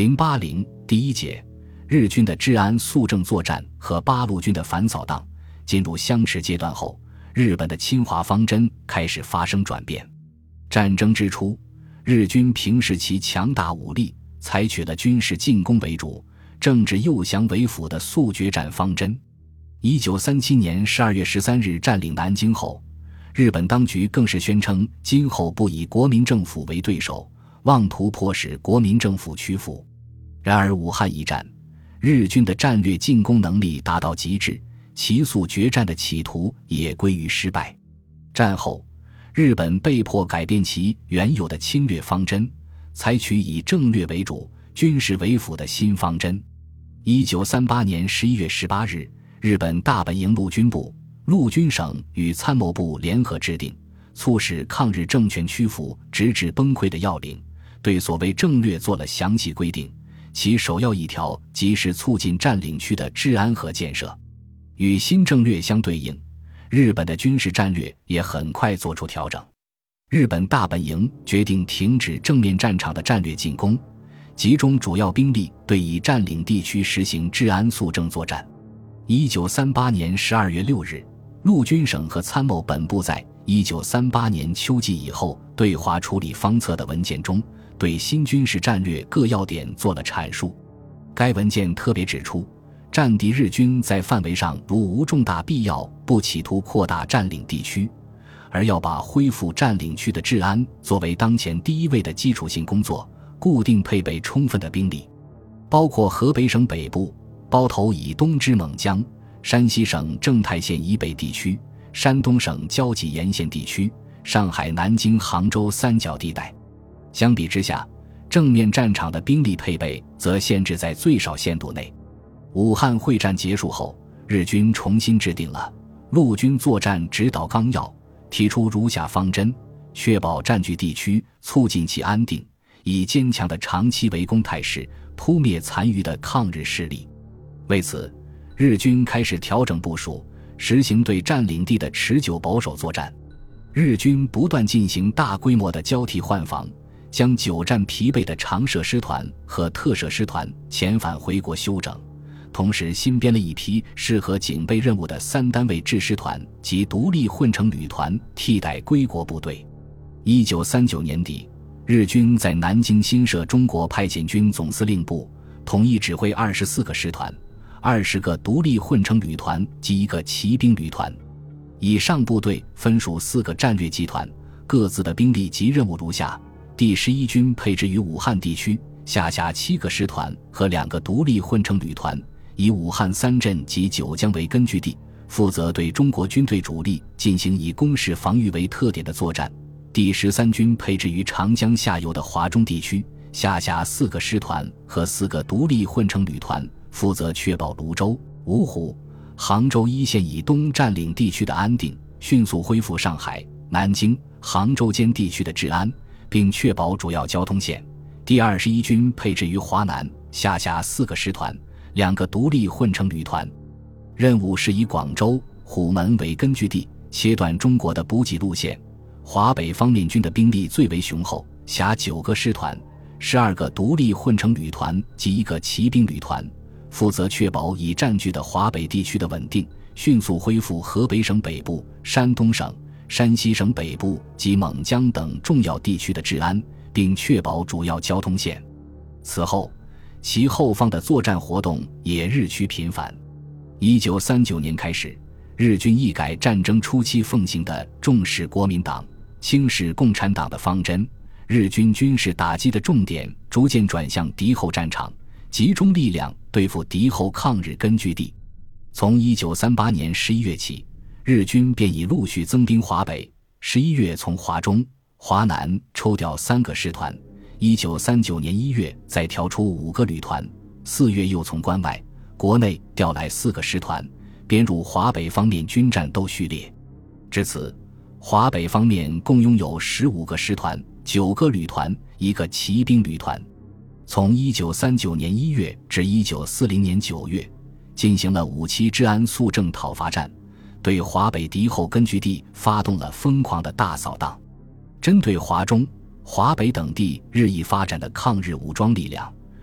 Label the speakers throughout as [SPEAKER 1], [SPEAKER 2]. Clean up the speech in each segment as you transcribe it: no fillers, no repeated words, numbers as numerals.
[SPEAKER 1] 080第一节，日军的治安肃正作战和八路军的反扫荡进入相持阶段后，日本的侵华方针开始发生转变。战争之初，日军平视其强大武力，采取了军事进攻为主、政治诱降为辅的速决战方针。1937年12月13日占领南京后，日本当局更是宣称今后不以国民政府为对手，妄图迫使国民政府屈服。然而武汉一战，日军的战略进攻能力达到极致，其速决战的企图也归于失败。战后，日本被迫改变其原有的侵略方针，采取以政略为主、军事为辅的新方针。1938年11月18日，日本大本营陆军部、陆军省与参谋部联合制定促使抗日政权屈服直至崩溃的要领，对所谓政略做了详细规定，其首要一条即是促进占领区的治安和建设。与新政略相对应，日本的军事战略也很快做出调整。日本大本营决定停止正面战场的战略进攻，集中主要兵力对已占领地区实行治安肃正作战。1938年12月6日，陆军省和参谋本部在1938年秋季以后对华处理方策的文件中，对新军事战略各要点做了阐述。该文件特别指出，战敌日军在范围上如无重大必要，不企图扩大占领地区，而要把恢复占领区的治安作为当前第一位的基础性工作，固定配备充分的兵力，包括河北省北部、包头以东之勐江、山西省正太县以北地区、山东省胶济沿线地区、上海、南京、杭州三角地带。相比之下，正面战场的兵力配备则限制在最少限度内。武汉会战结束后，日军重新制定了陆军作战指导纲要，提出如下方针：确保占据地区，促进其安定，以坚强的长期围攻态势扑灭残余的抗日势力。为此，日军开始调整部署，实行对占领地的持久保守作战。日军不断进行大规模的交替换防，将久战疲惫的常设师团和特设师团遣返回国休整，同时新编了一批适合警备任务的3单位制师团及独立混成旅团替代归国部队。1939年底，日军在南京新设中国派遣军总司令部，统一指挥24个师团、20个独立混成旅团及1个骑兵旅团。以上部队分属4个战略集团，各自的兵力及任务如下：第11军配置于武汉地区，下辖7个师团和2个独立混成旅团，以武汉3镇及九江为根据地，负责对中国军队主力进行以攻势防御为特点的作战。第13军配置于长江下游的华中地区，下辖4个师团和4个独立混成旅团，负责确保泸州、芜湖、杭州一线以东占领地区的安定，迅速恢复上海、南京、杭州间地区的治安，并确保主要交通线。第21军配置于华南，下辖4个师团、2个独立混成旅团，任务是以广州、虎门为根据地，切断中国的补给路线。华北方面军的兵力最为雄厚，辖9个师团、12个独立混成旅团及1个骑兵旅团，负责确保已占据的华北地区的稳定，迅速恢复河北省北部、山东省、山西省北部及勐江等重要地区的治安，并确保主要交通线。此后，其后方的作战活动也日趋频繁。1939年开始，日军一改战争初期奉行的重视国民党、轻视共产党的方针，日军军事打击的重点逐渐转向敌后战场，集中力量对付敌后抗日根据地。从1938年11月起，日军便已陆续增兵华北，11月从华中、华南抽调3个师团，1939年1月再调出5个旅团，4月又从关外、国内调来4个师团，编入华北方面军战斗序列。至此，华北方面共拥有15个师团、9个旅团、1个骑兵旅团。从1939年1月至1940年9月，进行了5期治安肃正讨伐战，对华北敌后根据地发动了疯狂的大扫荡。针对华中、华北等地日益发展的抗日武装力量，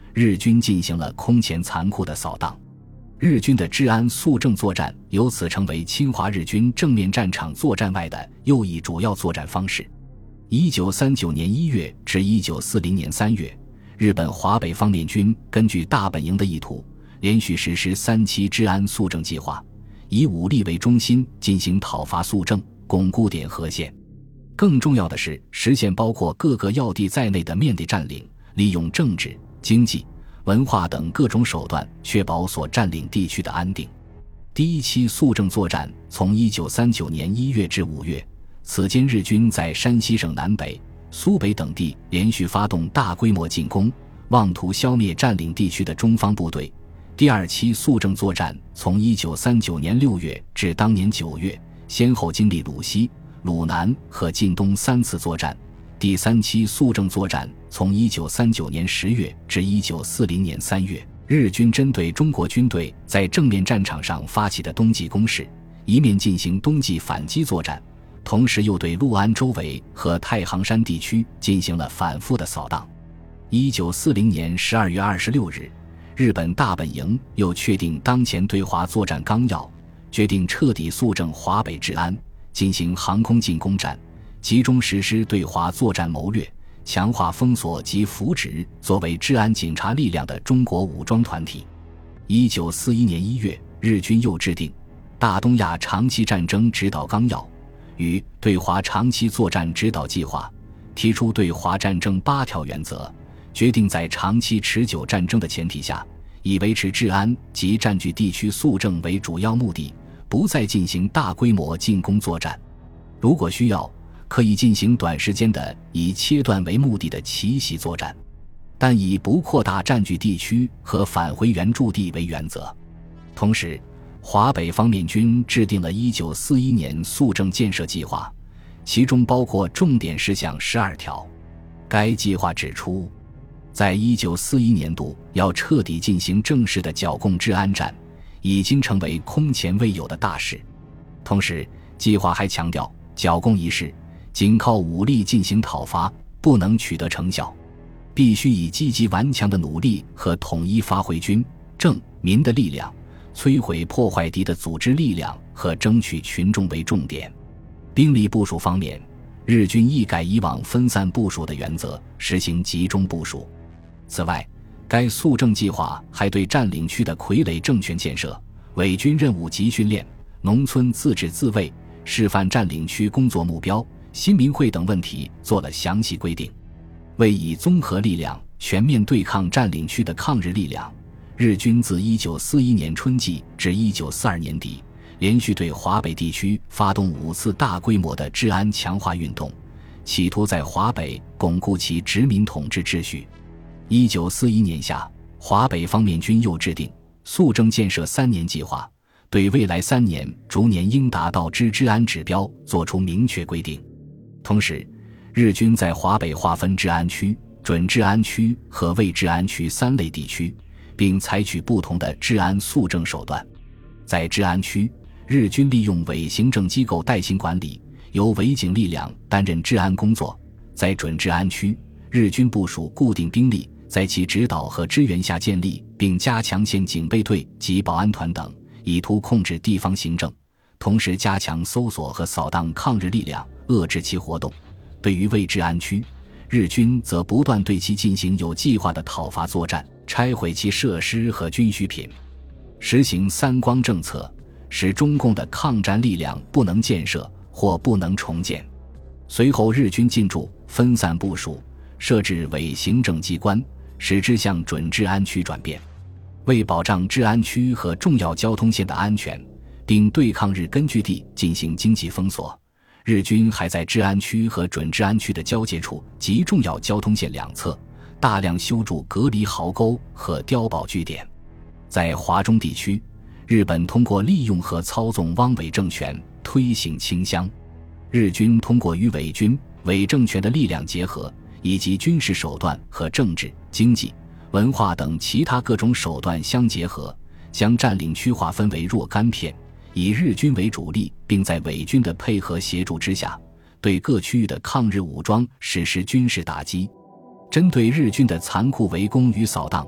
[SPEAKER 1] 日军进行了空前残酷的扫荡。日军的治安肃正作战由此成为侵华日军正面战场作战外的又一主要作战方式。1939年1月至1940年3月，日本华北方面军根据大本营的意图，连续实施3期治安肃正计划，以武力为中心进行讨伐肃正，巩固点和线。更重要的是，实现包括各个要地在内的面的占领，利用政治、经济、文化等各种手段确保所占领地区的安定。第一期肃正作战从1939年1月至5月，此间日军在山西省南北、苏北等地连续发动大规模进攻，妄图消灭占领地区的中方部队。第二期肃正作战从1939年6月至当年9月，先后经历鲁西、鲁南和晋东3次作战。第三期肃正作战从1939年10月至1940年3月，日军针对中国军队在正面战场上发起的冬季攻势，一面进行冬季反击作战，同时又对六安周围和太行山地区进行了反复的扫荡。1940年12月26日，日本大本营又确定当前对华作战纲要，决定彻底肃正华北治安，进行航空进攻战，集中实施对华作战谋略，强化封锁及扶植作为治安警察力量的中国武装团体。1941年1月，日军又制定《大东亚长期战争指导纲要》与《对华长期作战指导计划》，提出对华战争8条原则，决定在长期持久战争的前提下，以维持治安及占据地区肃正为主要目的，不再进行大规模进攻作战。如果需要，可以进行短时间的以切断为目的的奇袭作战，但以不扩大占据地区和返回原驻地为原则。同时，华北方面军制定了1941年肃正建设计划，其中包括重点事项12条。该计划指出，在1941年度要彻底进行正式的剿共治安战，已经成为空前未有的大事。同时，计划还强调，剿共一事仅靠武力进行讨伐不能取得成效，必须以积极顽强的努力和统一发挥军、政、民的力量，摧毁破坏敌的组织力量和争取群众为重点。兵力部署方面，日军一改以往分散部署的原则，实行集中部署。此外，该肃正计划还对占领区的傀儡政权建设、伪军任务及训练、农村自治自卫、示范占领区工作目标、新民会等问题做了详细规定。为以综合力量全面对抗占领区的抗日力量，日军自1941年春季至1942年底，连续对华北地区发动5次大规模的治安强化运动，企图在华北巩固其殖民统治秩序。1941年夏，华北方面军又制定肃正建设3年计划，对未来3年逐年应达到之治安指标作出明确规定。同时，日军在华北划分治安区、准治安区和未治安区3类地区，并采取不同的治安肃正手段。在治安区，日军利用伪行政机构代行管理，由伪警力量担任治安工作。在准治安区，日军部署固定兵力，在其指导和支援下建立并加强县警备队及保安团等，以图控制地方行政，同时加强搜索和扫荡抗日力量，遏制其活动。对于未治安区，日军则不断对其进行有计划的讨伐作战，拆毁其设施和军需品，实行三光政策，使中共的抗战力量不能建设或不能重建。随后日军进驻，分散部署，设置伪行政机关，使之向准治安区转变。为保障治安区和重要交通线的安全，并对抗日根据地进行经济封锁，日军还在治安区和准治安区的交界处及重要交通线两侧大量修筑隔离壕沟和碉堡据点。在华中地区，日本通过利用和操纵汪伪政权推行清乡，日军通过与伪军、伪政权的力量结合，以及军事手段和政治、经济、文化等其他各种手段相结合，将占领区划分为若干片，以日军为主力，并在伪军的配合协助之下，对各区域的抗日武装实施军事打击。针对日军的残酷围攻与扫荡，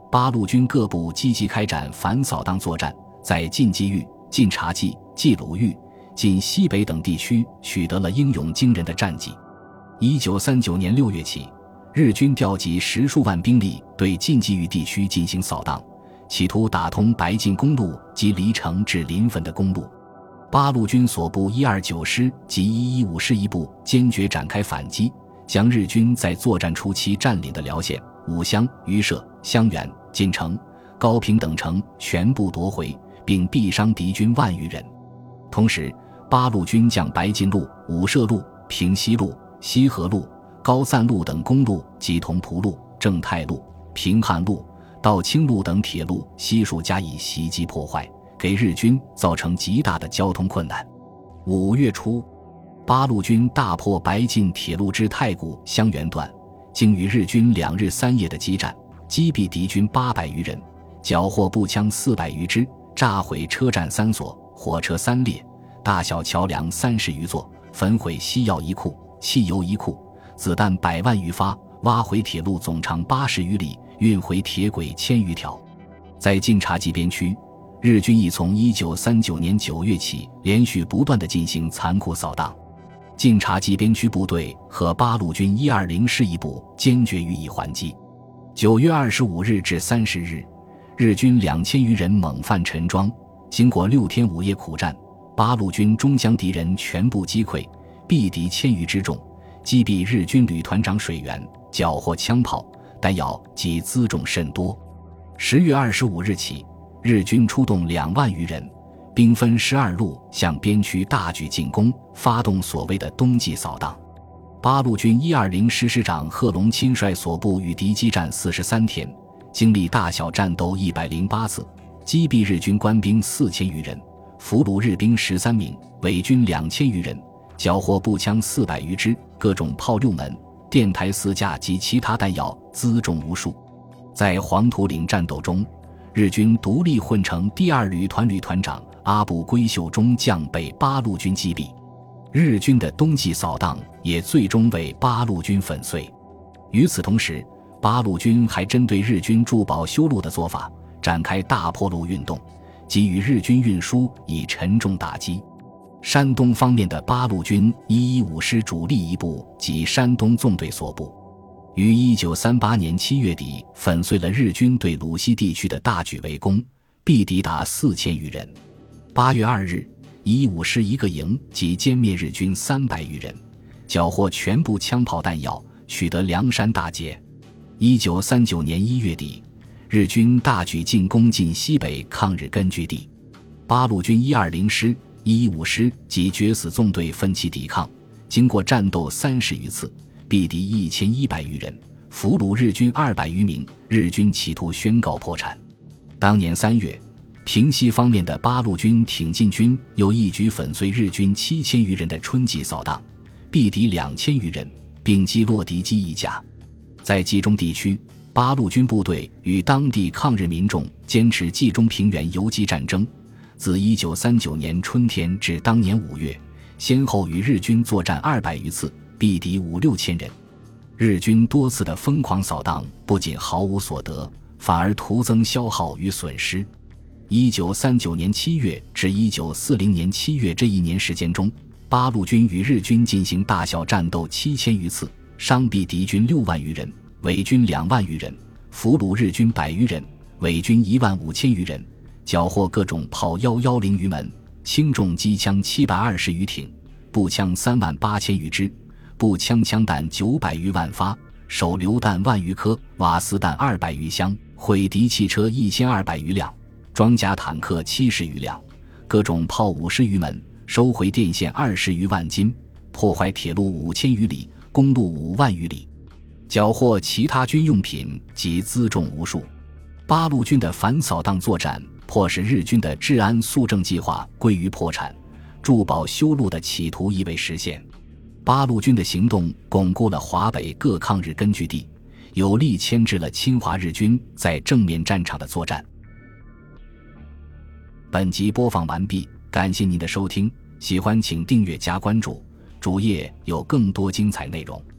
[SPEAKER 1] 八路军各部积极开展反扫荡作战，在晋冀豫、晋察冀、冀鲁豫、晋西北等地区取得了英勇惊人的战绩。1939年6月起，日军调集10数万兵力对晋冀豫地区进行扫荡，企图打通白晋公路及离城至临汾的公路。八路军所部129师及115师一部坚决展开反击，将日军在作战初期占领的辽县、武乡、榆社、襄垣、晋城、高平等城全部夺回，并毙伤敌军万余人。同时，八路军将白晋路、武社路、平西路、西河路、高赞路等公路及同蒲路、正太路、平汉路、道清路等铁路悉数加以袭击破坏，给日军造成极大的交通困难。5月初，八路军大破白晋铁路至太谷、襄垣段，经与日军2日3夜的激战，击毙敌军800余人，缴获步枪400余支，炸毁车站3所，火车3列，大小桥梁30余座，焚毁西药1库、汽油1库，子弹100万余发，挖回铁路总长80余里，运回铁轨1000余条。在晋察冀边区，日军已从1939年9月起连续不断地进行残酷扫荡。晋察冀边区部队和八路军120师一部坚决予以还击。9月25日至30日，日军2000余人猛犯陈庄，经过6天5夜苦战，八路军终将敌人全部击溃，毙敌1000余之众，击毙日军旅团长水源，缴获枪炮、弹药及辎重甚多。10月25日起，日军出动2万余人，兵分12路向边区大举进攻，发动所谓的冬季扫荡。八路军120师师长贺龙钦率所部与敌激战43天，经历大小战斗108次，击毙日军官兵4000余人，俘虏日兵13名，伪军2000余人，缴获步枪400余支，各种炮6门、电台4架及其他弹药，辎重无数。在黄土岭战斗中，日军独立混成第2旅团旅团长阿部圭秀中将被八路军击毙。日军的冬季扫荡也最终为八路军粉碎。与此同时，八路军还针对日军筑堡修路的做法展开大破路运动，给予日军运输以沉重打击。山东方面的八路军115师主力一部及山东纵队所部，于1938年7月底粉碎了日军对鲁西地区的大举围攻，毙敌达4000余人。8月2日，115师一个营即歼灭日军300余人，缴获全部枪炮弹药，取得梁山大捷。1939年1月底，日军大举进攻晋西北抗日根据地，八路军120师、115师及决死纵队奋起抵抗，经过战斗30余次，毙敌1100余人，俘虏日军200余名，日军企图宣告破产。当年3月，平西方面的八路军挺进军又一举粉碎日军7000余人的春季扫荡，毙敌2000余人，并击落敌机1架。在冀中地区，八路军部队与当地抗日民众坚持冀中平原游击战争，自1939年春天至当年5月，先后与日军作战200余次，毙敌5、6千人。日军多次的疯狂扫荡不仅毫无所得，反而徒增消耗与损失。1939年7月至1940年7月这1年时间中，八路军与日军进行大小战斗7000余次，伤毙敌军6万余人，伪军2万余人，俘虏日军100余人，伪军15000余人，缴获各种炮110余门，轻重机枪720余挺，步枪38000余支，步枪枪弹900余万发，手榴弹1万余颗，瓦斯弹200余箱，毁敌汽车1200余辆，装甲坦克70余辆，各种炮50余门，收回电线20余万斤，破坏铁路5000余里，公路5万余里，缴获其他军用品及辎重无数。八路军的反扫荡作战迫使日军的治安肃正计划归于破产，筑堡修路的企图亦未实现。八路军的行动巩固了华北各抗日根据地，有力牵制了侵华日军在正面战场的作战。本集播放完毕，感谢您的收听，喜欢请订阅加关注，主页有更多精彩内容。